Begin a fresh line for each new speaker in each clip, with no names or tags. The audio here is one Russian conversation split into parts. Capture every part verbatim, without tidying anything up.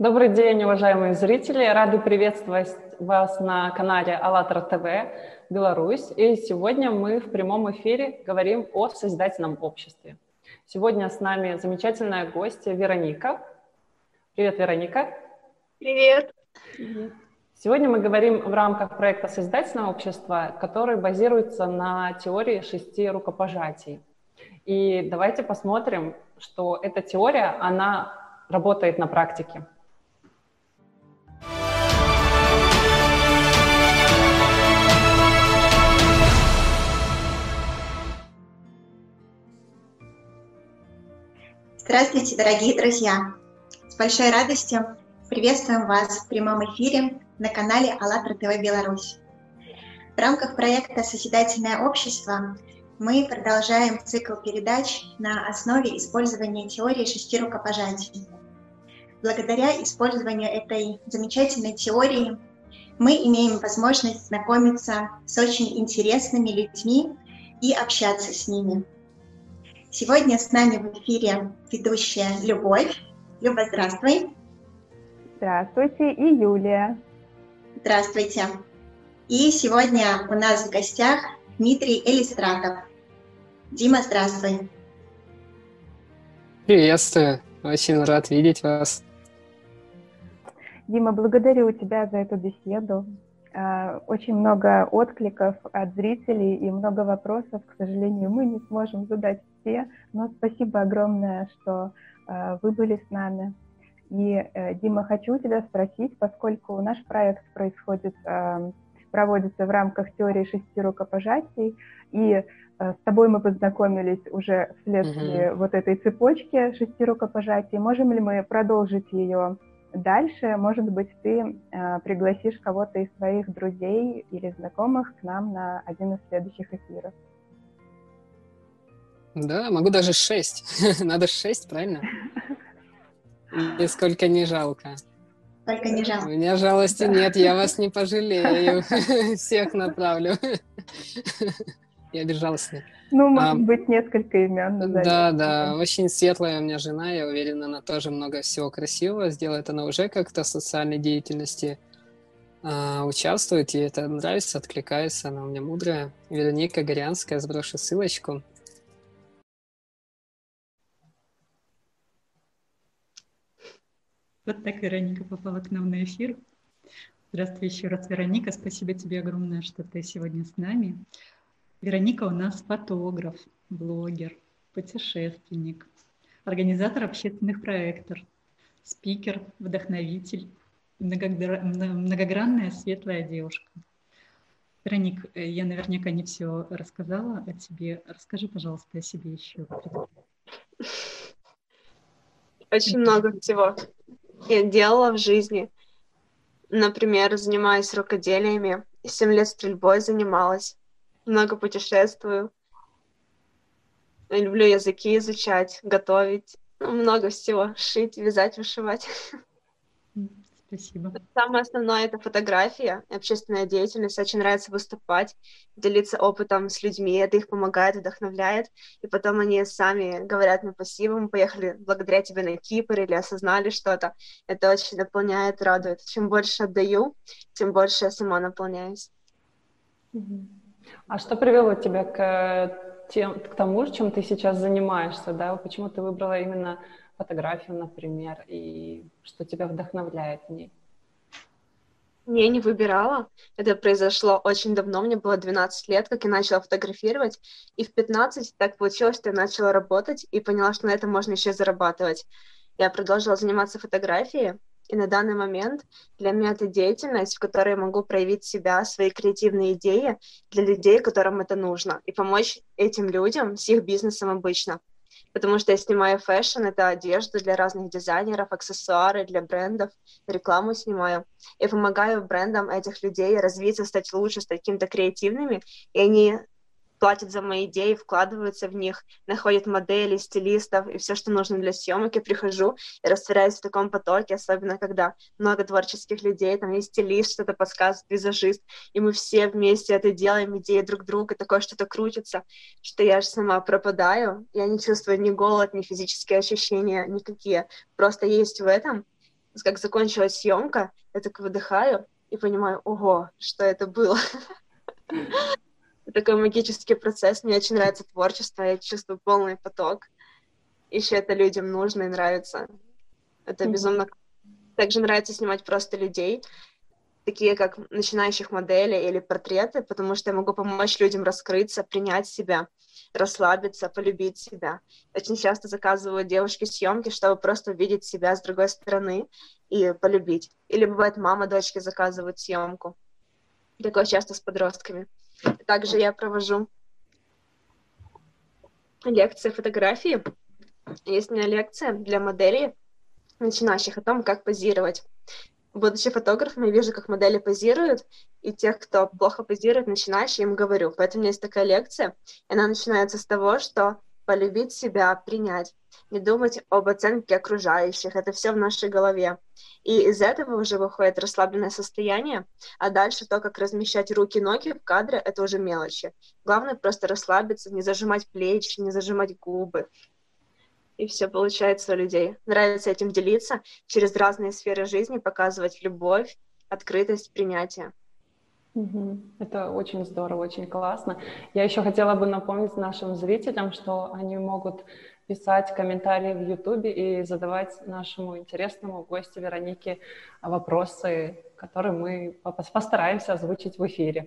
Добрый день, уважаемые зрители! Рады приветствовать вас на канале АЛЛАТРА ТВ Беларусь. И сегодня мы в прямом эфире говорим о созидательном обществе. Сегодня с нами замечательная гостья Вероника. Привет, Вероника!
Привет!
Сегодня мы говорим в рамках проекта «Созидательное общество», который базируется на теории шести рукопожатий. И давайте посмотрим, что эта теория, она работает на практике.
Здравствуйте, дорогие друзья! С большой радостью приветствуем вас в прямом эфире на канале АЛЛАТРА ТВ Беларусь. В рамках проекта «Созидательное общество» мы продолжаем цикл передач на основе использования теории шести рукопожатий. Благодаря использованию этой замечательной теории мы имеем возможность знакомиться с очень интересными людьми и общаться с ними. Сегодня с нами в эфире ведущая Любовь. Люба, здравствуй.
Здравствуйте, и Юлия.
Здравствуйте. И сегодня у нас в гостях Дмитрий Элистратов. Дима, здравствуй.
Приветствую. Очень рад видеть вас.
Дима, благодарю тебя за эту беседу. Очень много откликов от зрителей и много вопросов. К сожалению, мы не сможем задать все, но спасибо огромное, что вы были с нами. И, Дима, хочу тебя спросить, поскольку наш проект происходит, проводится в рамках теории шести рукопожатий, и с тобой мы познакомились уже вследствие mm-hmm. вот этой цепочки шести рукопожатий. Можем ли мы продолжить ее дальше? Может быть, ты э, пригласишь кого-то из своих друзей или знакомых к нам на один из следующих эфиров?
Да, могу даже шесть. Надо шесть, правильно? Нисколько не жалко.
Только не жалко.
У меня жалости нет, я вас не пожалею. Всех направлю. Я безжалостный.
Ну, может а, быть, несколько имен назовем.
Да, да, очень светлая у меня жена, я уверена, она тоже много всего красивого сделает. Она уже как-то в социальной деятельности а, участвует, ей это нравится, откликается, она у меня мудрая. Вероника Горянская, сброшу ссылочку.
Вот так Вероника попала к нам на эфир. Здравствуй еще раз, Вероника. Спасибо тебе огромное, что ты сегодня с нами. Вероника у нас фотограф, блогер, путешественник, организатор общественных проектов, спикер, вдохновитель, многогранная светлая девушка. Вероник, я наверняка не все рассказала о тебе. Расскажи, пожалуйста, о себе еще.
Очень много всего я делала в жизни. Например, занимаюсь рукоделиями, семь лет стрельбой занималась. Много путешествую. Люблю языки изучать, готовить. Ну, много всего. Шить, вязать, вышивать.
Спасибо.
Самое основное — это фотография, общественная деятельность. Очень нравится выступать, делиться опытом с людьми. Это их помогает, вдохновляет. И потом они сами говорят мне спасибо, мы поехали благодаря тебе на Кипр или осознали что-то. Это очень наполняет, радует. Чем больше отдаю, тем больше я сама наполняюсь.
А что привело тебя к, тем, к тому, чем ты сейчас занимаешься, да? Почему ты выбрала именно фотографию, например, и что тебя вдохновляет в ней?
Я не выбирала. Это произошло очень давно, мне было двенадцать лет, как я начала фотографировать, и в пятнадцать так получилось, что я начала работать и поняла, что на этом можно еще зарабатывать. Я продолжила заниматься фотографией, и на данный момент для меня это деятельность, в которой я могу проявить себя, свои креативные идеи для людей, которым это нужно, и помочь этим людям с их бизнесом обычно. Потому что я снимаю фэшн, это одежду для разных дизайнеров, аксессуары для брендов, рекламу снимаю. Я помогаю брендам этих людей развиться, стать лучше, стать какими-то креативными, и они платят за мои идеи, вкладываются в них, находят модели, стилистов и все, что нужно для съемок. Я прихожу и растворяюсь в таком потоке, особенно когда много творческих людей, там есть стилист, что-то подсказывает, визажист, и мы все вместе это делаем, идеи друг друга, такое что-то крутится, что я же сама пропадаю, я не чувствую ни голод, ни физические ощущения никакие, просто есть в этом. Как закончилась съемка, я так выдыхаю и понимаю, ого, что это было. Такой магический процесс. Мне очень нравится творчество, я чувствую полный поток. Еще это людям нужно и нравится. Это безумно. Также нравится снимать просто людей, такие как начинающих моделей или портреты, потому что я могу помочь людям раскрыться, принять себя, расслабиться, полюбить себя. Очень часто заказываю девушки съемки, чтобы просто увидеть себя с другой стороны и полюбить. Или бывает, мама дочки заказывает съемку. Такое часто с подростками. Также я провожу лекции фотографии. Есть у меня лекция для моделей, начинающих, о том, как позировать. Будучи фотографом, я вижу, как модели позируют, и тех, кто плохо позирует, начинающие, им говорю. Поэтому у меня есть такая лекция, и она начинается с того, что полюбить себя, принять, не думать об оценке окружающих, это все в нашей голове. И из этого уже выходит расслабленное состояние, а дальше то, как размещать руки и ноги в кадре, это уже мелочи. Главное просто расслабиться, не зажимать плечи, не зажимать губы. И все получается у людей. Нравится этим делиться, через разные сферы жизни показывать любовь, открытость, принятие.
Угу. Это очень здорово, очень классно. Я еще хотела бы напомнить нашим зрителям, что они могут писать комментарии в Ютубе и задавать нашему интересному гостю Веронике вопросы, которые мы постараемся озвучить в эфире.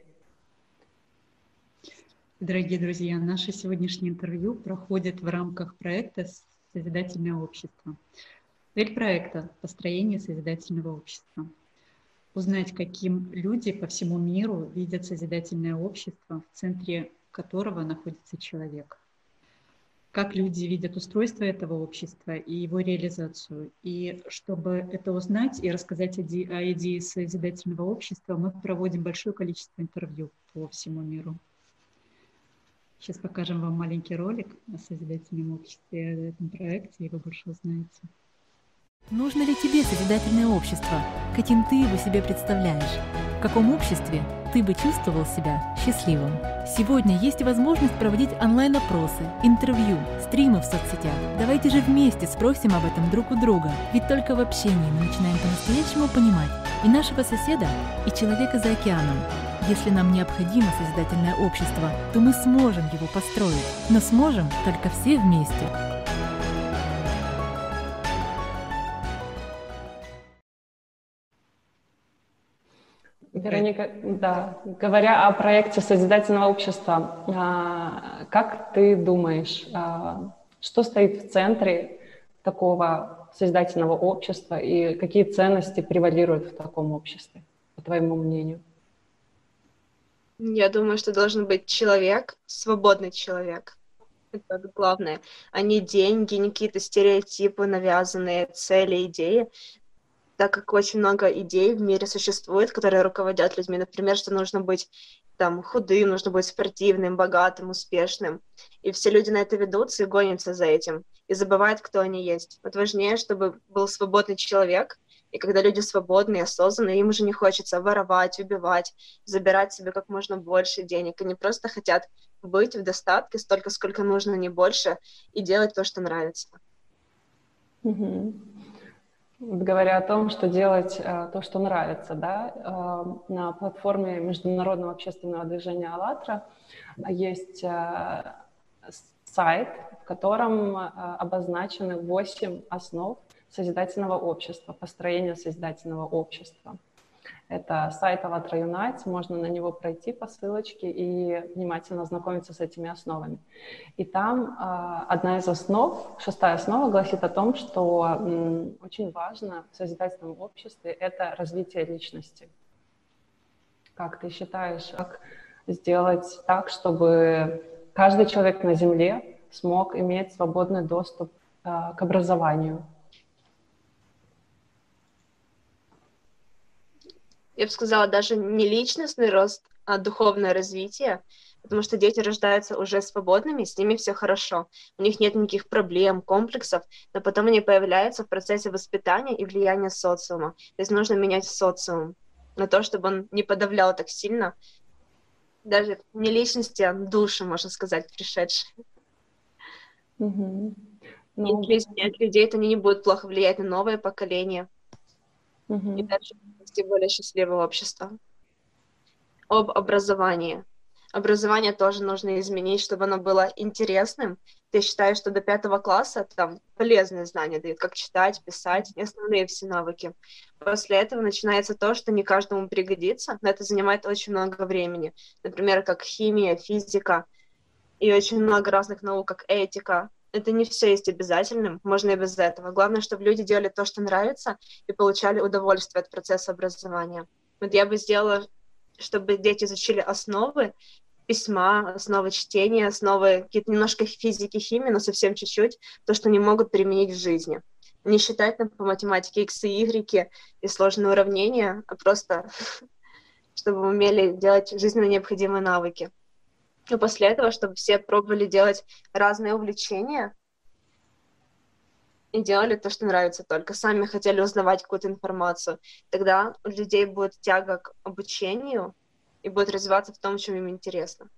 Дорогие друзья, наше сегодняшнее интервью проходит в рамках проекта «Созидательное общество». Цель проекта – построение созидательного общества. Узнать, каким люди по всему миру видят созидательное общество, в центре которого находится человек. Как люди видят устройство этого общества и его реализацию. И чтобы это узнать и рассказать о идее созидательного общества, мы проводим большое количество интервью по всему миру. Сейчас покажем вам маленький ролик о созидательном обществе, о этом проекте, и вы больше узнаете.
Нужно ли тебе созидательное общество? Каким ты его себе представляешь? В каком обществе ты бы чувствовал себя счастливым? Сегодня есть возможность проводить онлайн-опросы, интервью, стримы в соцсетях. Давайте же вместе спросим об этом друг у друга. Ведь только в общении мы начинаем по-настоящему понимать и нашего соседа, и человека за океаном. Если нам необходимо созидательное общество, то мы сможем его построить, но сможем только все вместе.
Вероника, да, говоря о проекте созидательного общества, как ты думаешь, что стоит в центре такого созидательного общества и какие ценности превалируют в таком обществе, по твоему мнению?
Я думаю, что должен быть человек, свободный человек. Это главное, а не деньги, не какие-то стереотипы, навязанные цели, идеи. Так как очень много идей в мире существует, которые руководят людьми. Например, что нужно быть там худым, нужно быть спортивным, богатым, успешным. И все люди на это ведутся и гонятся за этим. И забывают, кто они есть. Вот важнее, чтобы был свободный человек. И когда люди свободные, осознанные, им уже не хочется воровать, убивать, забирать себе как можно больше денег. Они просто хотят быть в достатке столько, сколько нужно, не больше, и делать то, что нравится.
Угу. Вот говоря о том, что делать э, то, что нравится, да, э, на платформе Международного общественного движения «АЛЛАТРА» есть э, сайт, в котором э, обозначены восемь основ созидательного общества, построения созидательного общества. Это сайт «АЛЛАТРА Юнайтс», можно на него пройти по ссылочке и внимательно ознакомиться с этими основами. И там э, одна из основ, шестая основа, гласит о том, что м, очень важно в созидательном обществе – это развитие личности. Как ты считаешь, как сделать так, чтобы каждый человек на Земле смог иметь свободный доступ э, к образованию?
Я бы сказала, даже не личностный рост, а духовное развитие, потому что дети рождаются уже свободными, с ними все хорошо, у них нет никаких проблем, комплексов, но потом они появляются в процессе воспитания и влияния социума. То есть нужно менять социум на то, чтобы он не подавлял так сильно, даже не личности, а души, можно сказать, пришедшие.
Угу.
Ну... Если изменять людей, то они не будут плохо влиять на новое поколение.
Мгм.
и дальше вести более счастливое общество. Об образовании. Образование тоже нужно изменить, чтобы оно было интересным. Ты считаешь, что до пятого класса там полезные знания дают, как читать, писать, и основные все навыки. После этого начинается то, что не каждому пригодится, но это занимает очень много времени. Например, как химия, физика и очень много разных наук, как этика. Это не все есть обязательным, можно и без этого. Главное, чтобы люди делали то, что нравится, и получали удовольствие от процесса образования. Вот я бы сделала, чтобы дети изучили основы письма, основы чтения, основы какие-то немножко физики, химии, но совсем чуть-чуть, то, что они могут применить в жизни. Не считать там по математике иксы, игреки и сложные уравнения, а просто чтобы умели делать жизненно необходимые навыки. И после этого, чтобы все пробовали делать разные увлечения и делали то, что нравится только. Сами хотели узнавать какую-то информацию. Тогда у людей будет тяга к обучению и будет развиваться в том, чем им интересно.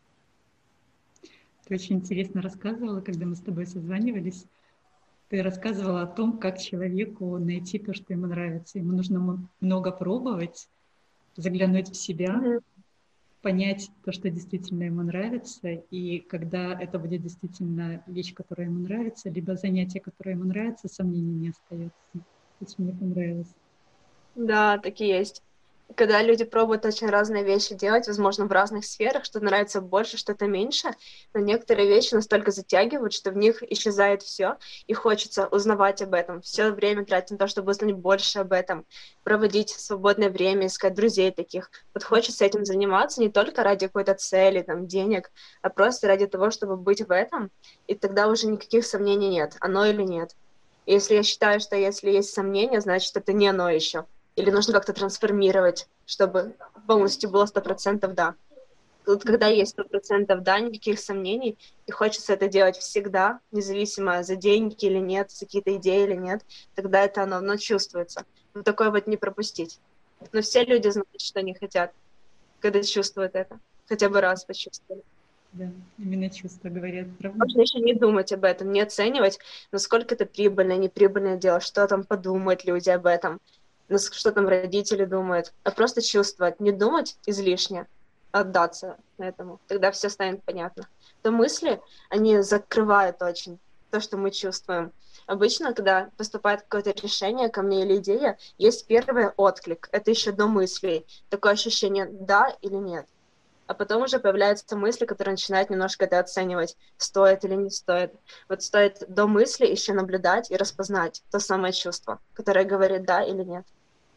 Ты очень интересно рассказывала, когда мы с тобой созванивались. Ты рассказывала о том, как человеку найти то, что ему нравится. Ему нужно много пробовать, заглянуть в себя, mm-hmm. понять то, что действительно ему нравится, и когда это будет действительно вещь, которая ему нравится, либо занятие, которое ему нравится, сомнений не остается. Очень мне понравилось.
Да, так и есть. Когда люди пробуют очень разные вещи делать, возможно, в разных сферах, что-то нравится больше, что-то меньше, но некоторые вещи настолько затягивают, что в них исчезает все, и хочется узнавать об этом, все время тратить на то, чтобы узнать больше об этом, проводить свободное время, искать друзей таких. Вот хочется этим заниматься не только ради какой-то цели, там, денег, а просто ради того, чтобы быть в этом, и тогда уже никаких сомнений нет, оно или нет. И если я считаю, что если есть сомнения, значит, это не оно еще. Или нужно как-то трансформировать, чтобы полностью было сто процентов да. Вот когда есть сто процентов да, никаких сомнений, и хочется это делать всегда, независимо за деньги или нет, за какие-то идеи или нет, тогда это оно, оно чувствуется. Вот такое вот не пропустить. Но все люди знают, что они хотят, когда чувствуют это. Хотя бы раз почувствовали.
Да, именно чувства говорят, правда?
Можно еще не думать об этом, не оценивать, насколько это прибыльное, неприбыльное дело, что там подумают люди об этом, что там родители думают, а просто чувствовать, не думать излишне, а отдаться этому. Тогда все станет понятно. То мысли, они закрывают очень то, что мы чувствуем. Обычно, когда поступает какое-то решение ко мне или идея, есть первый отклик. Это еще до мыслей. Такое ощущение «да» или «нет». А потом уже появляются мысли, которые начинают немножко это оценивать, стоит или не стоит. Вот стоит до мысли еще наблюдать и распознать то самое чувство, которое говорит «да» или «нет».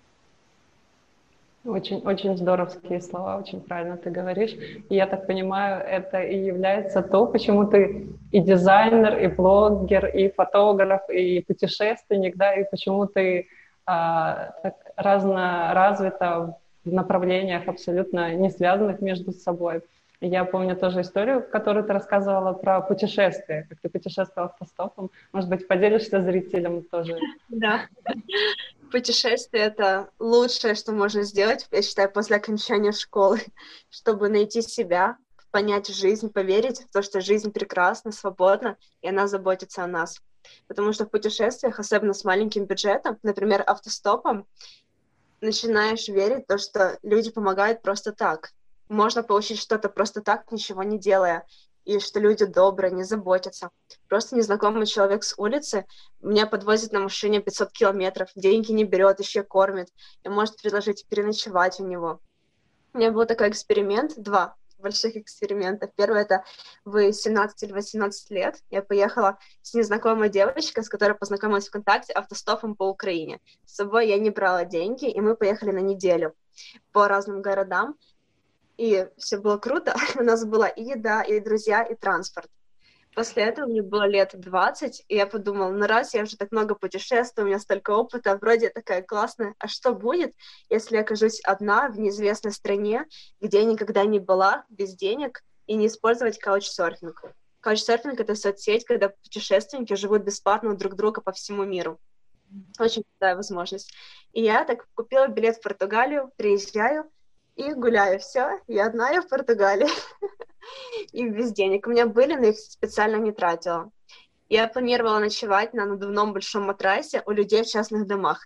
Очень, очень здоровские слова, очень правильно ты говоришь. И я так понимаю, это и является то, почему ты и дизайнер, и блогер, и фотограф, и путешественник, да, и почему ты а, так разно-развита в направлениях абсолютно не связанных между собой. Я помню тоже историю, которую ты рассказывала про путешествия, как ты путешествовала автостопом. Может быть, поделишься зрителям тоже?
Да. Путешествие — это лучшее, что можно сделать, я считаю, после окончания школы, чтобы найти себя, понять жизнь, поверить в то, что жизнь прекрасна, свободна, и она заботится о нас. Потому что в путешествиях, особенно с маленьким бюджетом, например, автостопом, начинаешь верить в то, что люди помогают просто так. Можно получить что-то просто так, ничего не делая. И что люди добрые, не заботятся. Просто незнакомый человек с улицы меня подвозит на машине пятьсот километров, деньги не берет, еще кормит, и может предложить переночевать у него. У меня был такой эксперимент, два больших эксперимента. Первый — это в семнадцать или восемнадцать лет я поехала с незнакомой девочкой, с которой познакомилась ВКонтакте, автостопом по Украине. С собой я не брала деньги, и мы поехали на неделю по разным городам. И все было круто. У нас была и еда, и друзья, и транспорт. После этого мне было лет двадцать, и я подумала, ну раз я уже так много путешествую, у меня столько опыта, вроде я такая классная, а что будет, если я окажусь одна в неизвестной стране, где я никогда не была, без денег, и не использовать каучсерфинг? Каучсерфинг — это соцсеть, когда путешественники живут бесплатно у друг друга по всему миру. Очень крутая возможность. И я так купила билет в Португалию, приезжаю, и гуляю, все, я одна, я в Португалии, и без денег. У меня были, но их специально не тратила. Я планировала ночевать на надувном большом матрасе у людей в частных домах.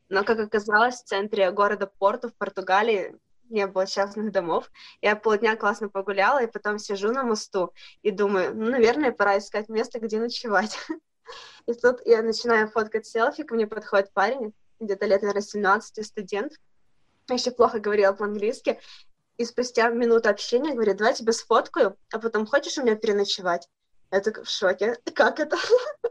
Но, как оказалось, в центре города Порту в Португалии не было частных домов. Я полдня классно погуляла, и потом сижу на мосту и думаю, ну, наверное, пора искать место, где ночевать. И тут я начинаю фоткать селфи, ко мне подходит парень, где-то лет, наверное, семнадцать, студент. Я еще плохо говорила по-английски. И спустя минуту общения говорит, давай я тебя сфоткаю, а потом хочешь у меня переночевать? Я такая в шоке. Как это?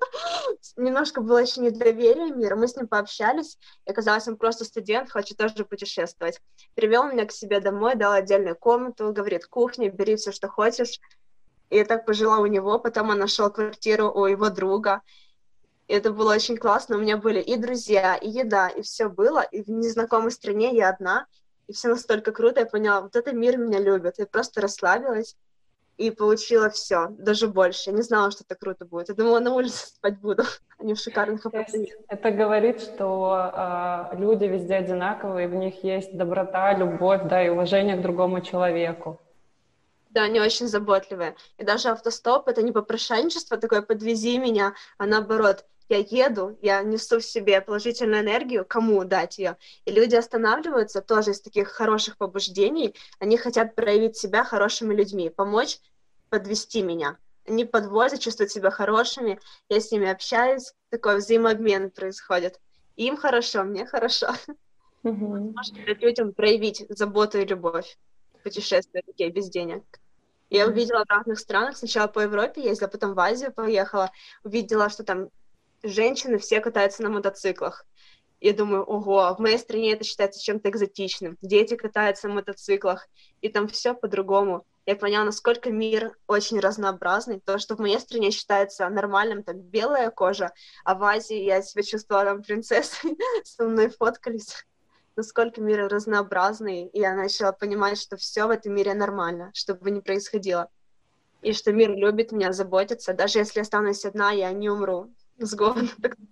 Немножко было еще недоверие мира. Мы с ним пообщались, и оказалось, он просто студент, хочет тоже путешествовать. Привел меня к себе домой, дал отдельную комнату, говорит, кухня, бери все, что хочешь. И я так пожила у него, потом он нашел квартиру у его друга. И это было очень классно. У меня были и друзья, и еда, и все было. И в незнакомой стране я одна, и все настолько круто. Я поняла, вот этот мир меня любит. Я просто расслабилась и получила все, даже больше. Я не знала, что это круто будет. Я думала, на улице спать буду, а не в шикарных апартаментах.
Это говорит, что э, люди везде одинаковые, в них есть доброта, любовь, да, и уважение к другому человеку.
Да, они очень заботливые. И даже автостоп — это не попрошайничество такое «подвези меня», а наоборот, я еду, я несу в себе положительную энергию, кому дать ее. И люди останавливаются тоже из таких хороших побуждений. Они хотят проявить себя хорошими людьми, помочь подвести меня. Они подвозят, чувствуют себя хорошими, я с ними общаюсь, такой взаимообмен происходит. Им хорошо, мне хорошо.
Mm-hmm.
Можно дать людям проявить заботу и любовь. Путешествия такие без денег. Я увидела в разных странах, сначала по Европе ездила, потом в Азию поехала, увидела, что там женщины все катаются на мотоциклах. Я думаю, ого, в моей стране это считается чем-то экзотичным. Дети катаются на мотоциклах, и там все по-другому. Я поняла, насколько мир очень разнообразный. То, что в моей стране считается нормальным, там, белая кожа, а в Азии я себя чувствовала там принцессой, со мной фоткались. Насколько мир разнообразный, и я начала понимать, что все в этом мире нормально, что бы ни происходило. И что мир любит меня, заботится. Даже если останусь одна, я не умру с голоду.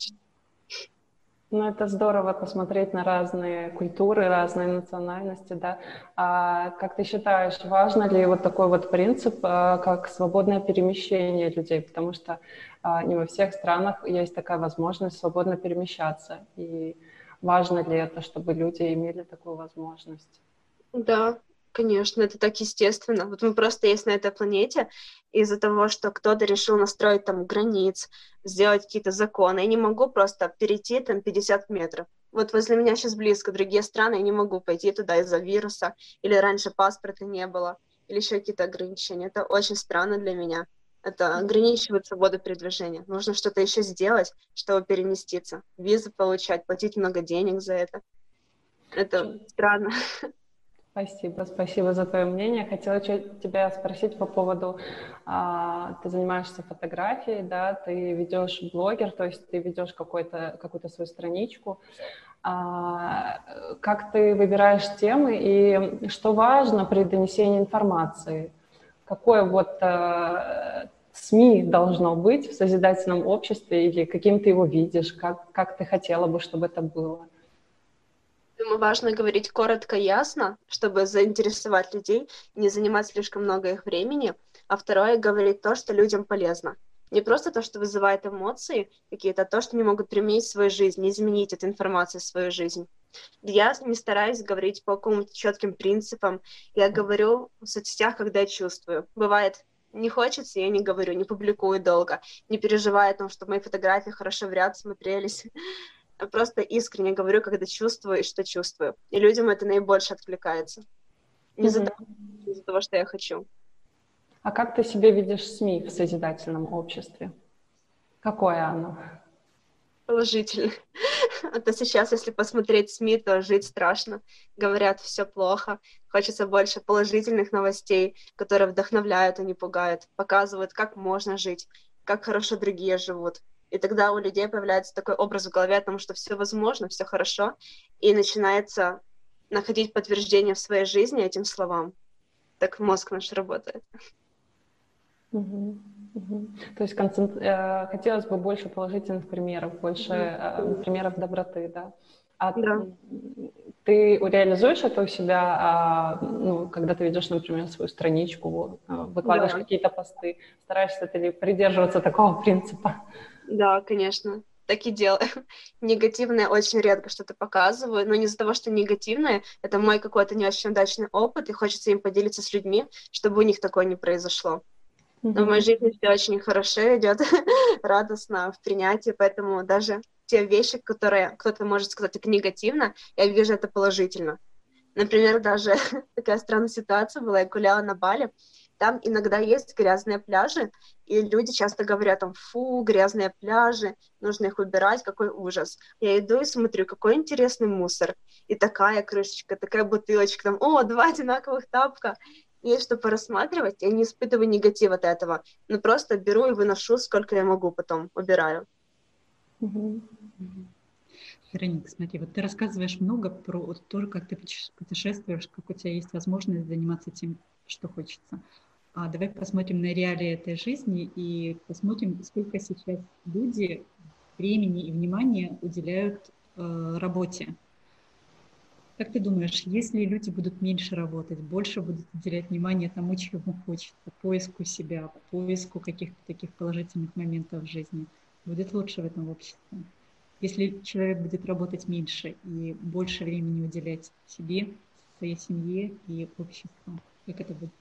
Ну, это здорово посмотреть на разные культуры, разные национальности, да. А как ты считаешь, важно ли вот такой вот принцип, как свободное перемещение людей? Потому что не во всех странах есть такая возможность свободно перемещаться. И важно ли это, чтобы люди имели такую возможность?
Да, конечно, это так естественно. Вот мы просто есть на этой планете из-за того, что кто-то решил настроить там границ, сделать какие-то законы. Я не могу просто перейти там пятьдесят метров. Вот возле меня сейчас близко другие страны, я не могу пойти туда из-за вируса, или раньше паспорта не было, или еще какие-то ограничения. Это очень странно для меня. Это ограничивает свободу передвижения. Нужно что-то еще сделать, чтобы переместиться. Визы получать, платить много денег за это. Это странно.
Спасибо, спасибо за твое мнение. Хотела тебя спросить по поводу, а, ты занимаешься фотографией, да, ты ведешь блогер, то есть ты ведешь какой-то, какую-то свою страничку. А, как ты выбираешь темы и что важно при донесении информации? Какое вот а, СМИ должно быть в созидательном обществе или каким ты его видишь, как, как ты хотела бы, чтобы это было?
Думаю, важно говорить коротко, ясно, чтобы заинтересовать людей, не занимать слишком много их времени. А второе — говорить то, что людям полезно. Не просто то, что вызывает эмоции какие-то, а то, что они могут применить в свою жизнь, не изменить эту информацию в свою жизнь. Я не стараюсь говорить по каким-то четким принципам. Я говорю в соцсетях, когда я чувствую. Бывает, не хочется, я не говорю, не публикую долго, не переживаю о том, что мои фотографии хорошо в ряд смотрелись. Просто искренне говорю, когда чувствую и что чувствую. И людям это наибольше откликается. Не из-за того, из-за того, что я хочу.
А как ты себе видишь СМИ в созидательном обществе? Какое оно?
Положительно. А то сейчас, если посмотреть СМИ, то жить страшно. Говорят, все плохо. Хочется больше положительных новостей, которые вдохновляют, а не пугают. Показывают, как можно жить, как хорошо другие живут. И тогда у людей появляется такой образ в голове о том, что все возможно, все хорошо, и начинается находить подтверждение в своей жизни этим словам. Так мозг наш работает.
Угу, угу. То есть концентр... э, хотелось бы больше положительных примеров, больше э, примеров доброты, да? А
да.
Ты реализуешь это у себя, э, ну, когда ты ведешь, например, свою страничку, э, выкладываешь да. какие-то посты, стараешься ты ли придерживаться такого принципа?
Да, конечно. так и делаю. Негативное очень редко что-то показываю, но не из-за того, что негативное, это мой какой-то не очень удачный опыт, и хочется им поделиться с людьми, чтобы у них такое не произошло. Но в моей жизни все очень хорошо идет, радостно в принятии, поэтому даже те вещи, которые кто-то может сказать как негативно, я вижу это положительно. Например, даже такая странная ситуация была, я гуляла на Бали, там иногда есть грязные пляжи, и люди часто говорят там: фу, грязные пляжи, нужно их убирать, какой ужас. Я иду и смотрю, какой интересный мусор. И такая крышечка, такая бутылочка, там, о, два одинаковых тапка. Есть что порассматривать, я не испытываю негатив от этого, но просто беру и выношу, сколько я могу, потом убираю.
Вероника, смотри, вот ты рассказываешь много про то, как ты путешествуешь, как у тебя есть возможность заниматься тем, что хочется. А давай посмотрим на реалии этой жизни и посмотрим, сколько сейчас люди времени и внимания уделяют э, работе. Как ты думаешь, если люди будут меньше работать, больше будут уделять внимание тому, чему хочется, поиску себя, поиску каких-то таких положительных моментов в жизни, будет лучше в этом обществе? Если человек будет работать меньше и больше времени уделять себе, своей семье и обществу, как это будет?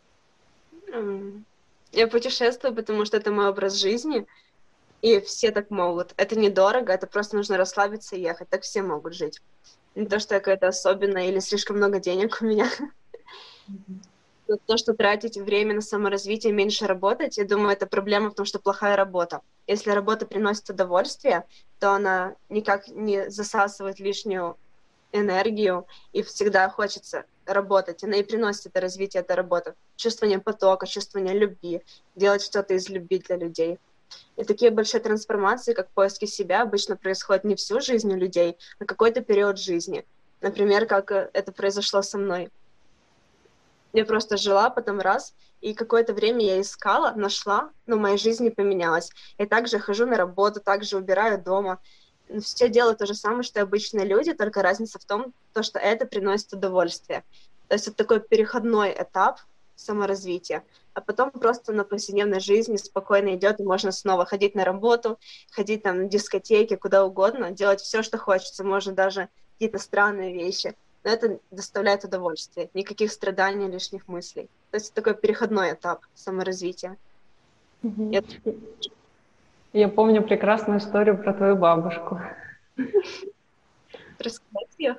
Я путешествую, потому что это мой образ жизни, и все так могут. Это недорого, это просто нужно расслабиться и ехать. Так все могут жить. Не то, что я какая-то особенная или слишком много денег у меня. Mm-hmm. То, что тратить время на саморазвитие, меньше работать, я думаю, это проблема в том, что плохая работа. Если работа приносит удовольствие, то она никак не засасывает лишнюю энергию, и всегда хочется работать. Она и приносит это развитие, эта работа. Чувствование потока, чувствование любви, делать что-то из любви для людей. И такие большие трансформации, как поиски себя, обычно происходят не всю жизнь у людей, а какой-то период жизни. Например, как это произошло со мной. Я просто жила, потом раз, и какое-то время я искала, нашла, но моя жизнь не поменялась. Я также хожу на работу, также убираю дома. Все делаю то же самое, что и обычные люди, только разница в том, то, что это приносит удовольствие. То есть это такой переходной этап саморазвития, а потом просто на повседневной жизни спокойно идет, и можно снова ходить на работу, ходить там на дискотеки, куда угодно, делать все, что хочется, можно даже какие-то странные вещи, но это доставляет удовольствие, никаких страданий, лишних мыслей. То есть это такой переходной этап саморазвития.
Mm-hmm. Я... Я помню прекрасную историю про твою бабушку.
Рассказать ее?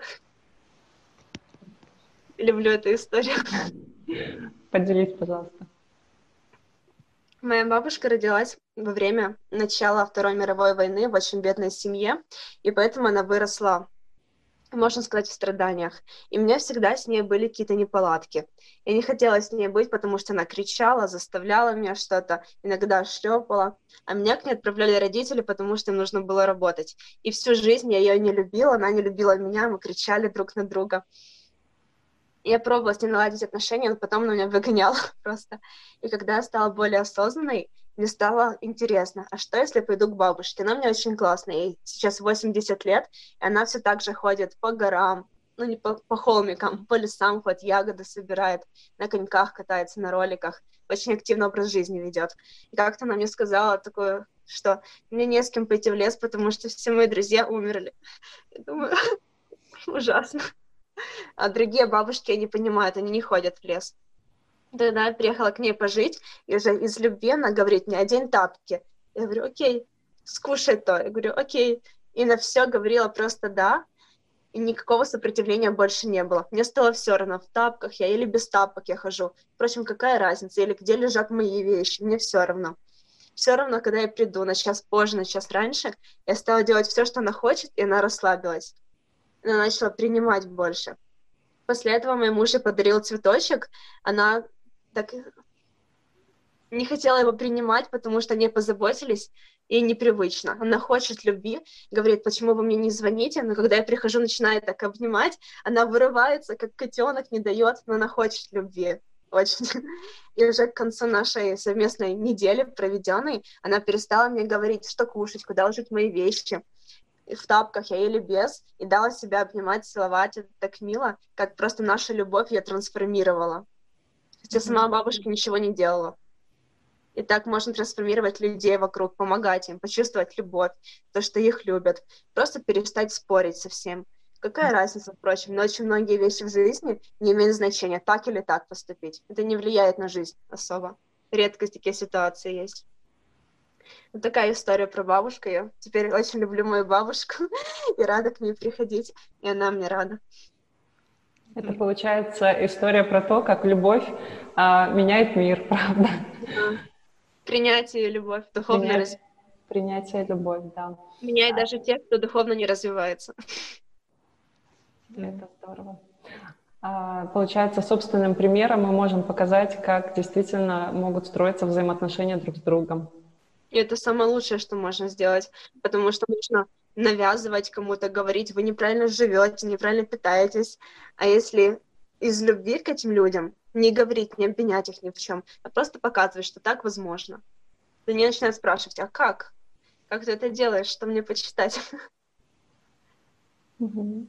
Люблю эту историю.
Поделись, пожалуйста.
Моя бабушка родилась во время начала Второй мировой войны в очень бедной семье, и поэтому она выросла, можно сказать, в страданиях. И у меня всегда с ней были какие-то неполадки. Я не хотела с ней быть, потому что она кричала, заставляла меня что-то, иногда шлепала. А меня к ней отправляли родители, потому что им нужно было работать. И всю жизнь я ее не любила, она не любила меня, мы кричали друг на друга. Я пробовала с ней наладить отношения, но потом она меня выгоняла просто. И когда я стала более осознанной, мне стало интересно, а что, если я пойду к бабушке? Она у меня очень классная, ей сейчас восемьдесят лет, и она все так же ходит по горам, ну не по, по холмикам, по лесам ходит, ягоды собирает, на коньках катается, на роликах, очень активный образ жизни ведет. И как-то она мне сказала такое, что мне не с кем пойти в лес, потому что все мои друзья умерли. Я думаю, ужасно. А другие бабушки, они понимают, они не ходят в лес. Тогда я приехала к ней пожить, и уже из любви она говорит мне: одень тапки. Я говорю: окей, скушай то. Я говорю: окей. И на все говорила просто да, и никакого сопротивления больше не было. Мне стало все равно, в тапках я или без тапок я хожу. Впрочем, какая разница, или где лежат мои вещи, мне все равно. Все равно, когда я приду на час позже, на час раньше, я стала делать все, что она хочет, и она расслабилась. Она начала принимать больше. После этого мой муж ей подарил цветочек. Она так не хотела его принимать, потому что они позаботились, ей непривычно. Она хочет любви, говорит: почему вы мне не звоните? Но когда я прихожу, начинает так обнимать, она вырывается, как котенок, не дает, но она хочет любви. Очень. И уже к концу нашей совместной недели, проведенной, она перестала мне говорить, что кушать, куда ложить мои вещи. В тапках я или без, и дала себя обнимать, целовать. Это так мило, как просто наша любовь ее трансформировала. Хотя сама бабушка ничего не делала. И так можно трансформировать людей вокруг, помогать им, почувствовать любовь, то, что их любят. Просто перестать спорить со всем. Какая разница, впрочем, но очень многие вещи в жизни не имеют значения, так или так поступить. Это не влияет на жизнь особо. Редко такие ситуации есть. Вот такая история про бабушку. Я теперь очень люблю мою бабушку и рада к ней приходить, и она мне рада.
Это получается история про то, как любовь а, меняет мир, правда?
Да. Принятие и любовь, духовное
Принять,
развитие.
принятие, любовь, да.
Меняет даже тех, кто духовно не развивается.
Это здорово. А, получается, собственным примером мы можем показать, как действительно могут строиться взаимоотношения друг с другом.
И это самое лучшее, что можно сделать, потому что нужно навязывать кому-то, говорить, вы неправильно живете, неправильно питаетесь. А если из любви к этим людям не говорить, не обвинять их ни в чем, а просто показывать, что так возможно. То они начинают спрашивать, а как? Как ты это делаешь? Что мне почитать?
Угу.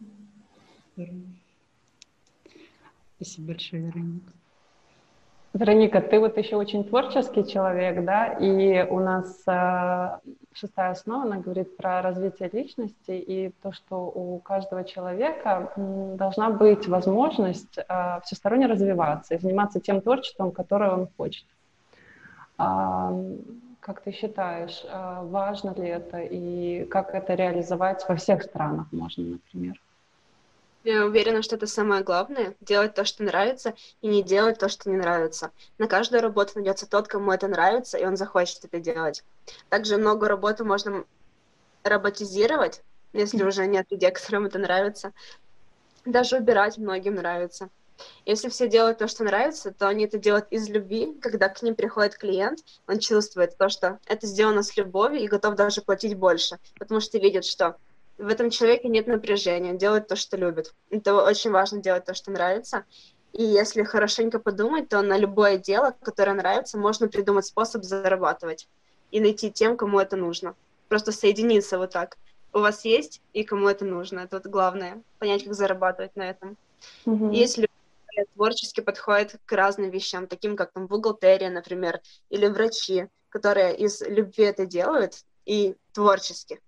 Спасибо большое, Вероника.
Вероника, ты вот еще очень творческий человек, да, и у нас э, шестая основа, она говорит про развитие личности и то, что у каждого человека м, должна быть возможность э, всесторонне развиваться и заниматься тем творчеством, которое он хочет. А, как ты считаешь, э, важно ли это и как это реализовать во всех странах можно, например?
Я уверена, что это самое главное — делать то, что нравится, и не делать то, что не нравится. На каждую работу найдется тот, кому это нравится, и он захочет это делать. Также много работы можно роботизировать, если уже нет людей, которым это нравится. Даже убирать многим нравится. Если все делают то, что нравится, то они это делают из любви. Когда к ним приходит клиент, он чувствует то, что это сделано с любовью и готов даже платить больше, потому что видит, что в этом человеке нет напряжения, он делает то, что любит. Это очень важно, делать то, что нравится. И если хорошенько подумать, то на любое дело, которое нравится, можно придумать способ зарабатывать и найти тем, кому это нужно. Просто соединиться вот так. У вас есть, и кому это нужно. Это вот главное. Понять, как зарабатывать на этом.
Угу.
Если творчески подходит к разным вещам, таким как там бухгалтерия, например, или врачи, которые из любви это делают и творчески.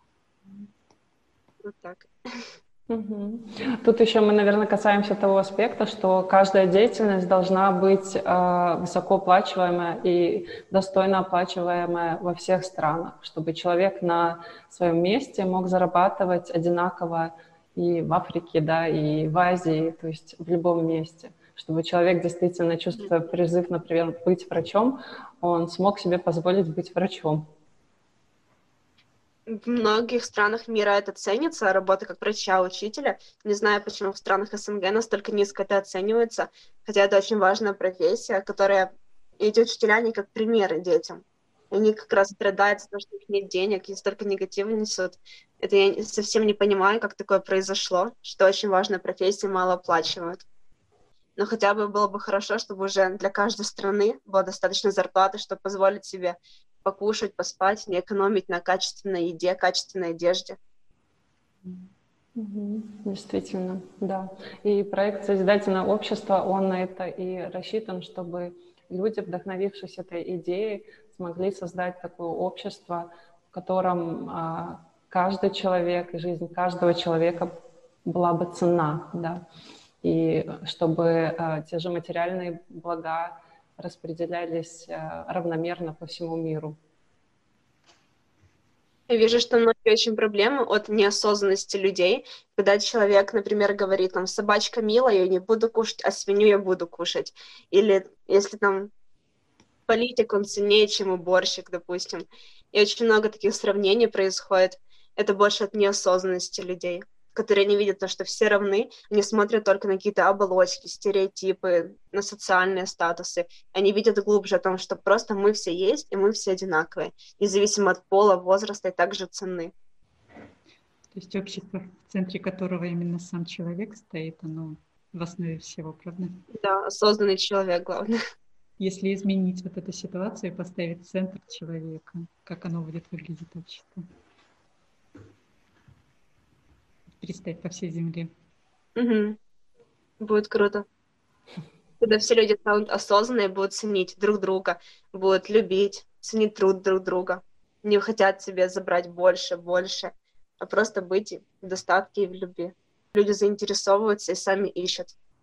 Вот так.
Угу. Тут еще мы, наверное, касаемся того аспекта, что каждая деятельность должна быть э, высокооплачиваемая и достойно оплачиваемая во всех странах, чтобы человек на своем месте мог зарабатывать одинаково и в Африке, да, и в Азии, то есть в любом месте, чтобы человек, действительно чувствуя призыв, например, быть врачом, он смог себе позволить быть врачом.
В многих странах мира это ценится, работа как врача, учителя. Не знаю, почему в странах СНГ настолько низко это оценивается, хотя это очень важная профессия, которая эти учителя, они как примеры детям. Они как раз страдают за то, что у них нет денег, и столько негатива несут. Это я совсем не понимаю, как такое произошло, что очень важная профессия, мало оплачивают. Но хотя бы было бы хорошо, чтобы уже для каждой страны была достаточно зарплаты, чтобы позволить себе покушать, поспать, не экономить на качественной еде, качественной одежде.
Угу, действительно, да. И проект «Созидательное общество», он на это и рассчитан, чтобы люди, вдохновившись этой идеей, смогли создать такое общество, в котором а, каждый человек и жизнь каждого человека была бы ценна, да. И чтобы а, те же материальные блага распределялись э, равномерно по всему миру.
Я вижу, что многие очень проблемы от неосознанности людей, когда человек, например, говорит, там, собачка милая, я не буду кушать, а свинью я буду кушать. Или если там политик, он ценнее, чем уборщик, допустим. И очень много таких сравнений происходит. Это больше от неосознанности людей, которые не видят то, что все равны, они смотрят только на какие-то оболочки, стереотипы, на социальные статусы. Они видят глубже о том, что просто мы все есть, и мы все одинаковые, независимо от пола, возраста, и также ценны.
То есть общество, в центре которого именно сам человек стоит, оно в основе всего, правда?
Да, осознанный человек, главное.
Если изменить вот эту ситуацию и поставить в центр человека, как оно будет выглядеть общество? Представь по всей земле.
Угу. Будет круто. Когда все люди станут осознанные, будут ценить друг друга, будут любить, ценить труд друг друга, не хотят себе забрать больше, больше, а просто быть в достатке и в любви. Люди заинтересовываются и сами ищут.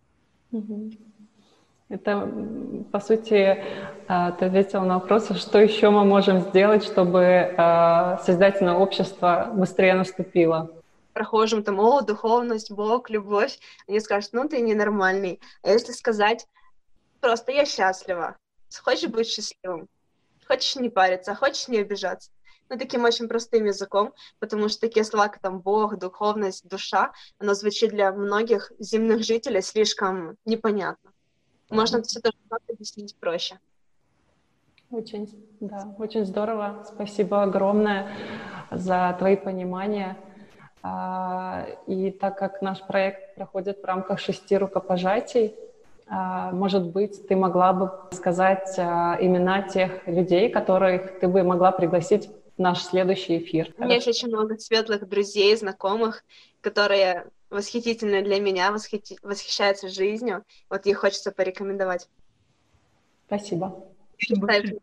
Это, по сути, ты ответила на вопрос, что еще мы можем сделать, чтобы созидательное общество быстрее наступило.
Прохожим там, о, духовность, Бог, любовь, они скажут, ну ты ненормальный. А если сказать, просто я счастлива, хочешь быть счастливым, хочешь не париться, хочешь не обижаться. Ну, таким очень простым языком, потому что такие слова, как там Бог, духовность, душа, оно звучит для многих земных жителей слишком непонятно. Можно все это объяснить проще.
Очень, да, очень здорово. Спасибо огромное за твои понимания. И так как наш проект проходит в рамках шести рукопожатий, может быть, ты могла бы сказать имена тех людей, которых ты бы могла пригласить в наш следующий эфир?
У меня есть очень много светлых друзей, знакомых, которые восхитительны для меня, восхити... восхищаются жизнью. Вот их хочется порекомендовать.
Спасибо.
Чем больше...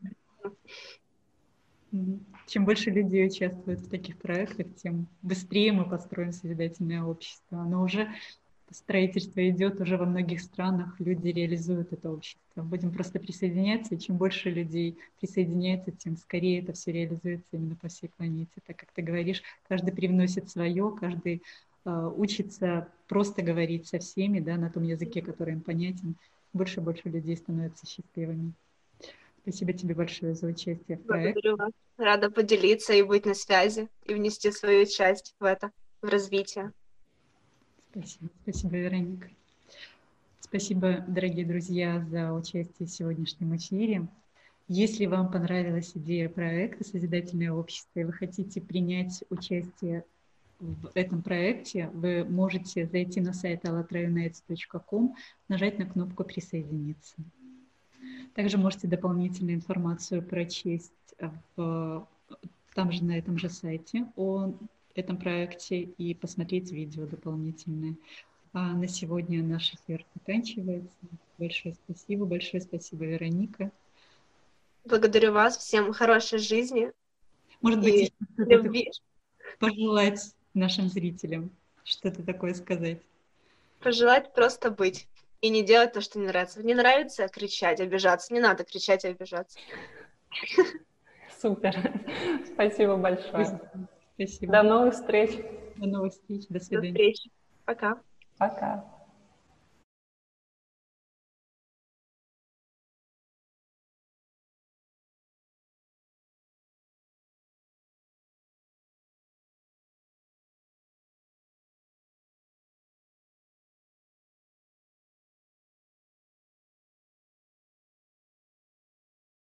Чем больше людей участвуют в таких проектах, тем быстрее мы построим созидательное общество. Оно уже, строительство идет уже во многих странах, люди реализуют это общество. Будем просто присоединяться, и чем больше людей присоединяется, тем скорее это все реализуется именно по всей планете. Так как ты говоришь, каждый привносит свое, каждый э, учится просто говорить со всеми, да, на том языке, который им понятен. Больше и больше людей становятся счастливыми. Спасибо тебе большое за участие в проекте.
Благодарю вас. Рада поделиться и быть на связи, и внести свою часть в это, в развитие.
Спасибо. Спасибо, Вероника. Спасибо, дорогие друзья, за участие в сегодняшнем эфире. Если вам понравилась идея проекта «Созидательное общество» и вы хотите принять участие в этом проекте, вы можете зайти на сайт алатраюнайтс точка ком, нажать на кнопку «Присоединиться». Также можете дополнительную информацию прочесть в, там же, на этом же сайте о этом проекте и посмотреть видео дополнительное. А на сегодня наш эфир заканчивается. Большое спасибо. Большое спасибо, Вероника.
Благодарю вас. Всем хорошей жизни.
Может быть,
и любви.
Пожелать нашим зрителям что-то такое сказать.
Пожелать просто быть. И не делать то, что не нравится. Не нравится кричать, обижаться. Не надо кричать и обижаться.
Супер. Спасибо большое.
Спасибо.
До новых встреч.
До новых встреч. До свидания.
До встречи. Пока.
Пока.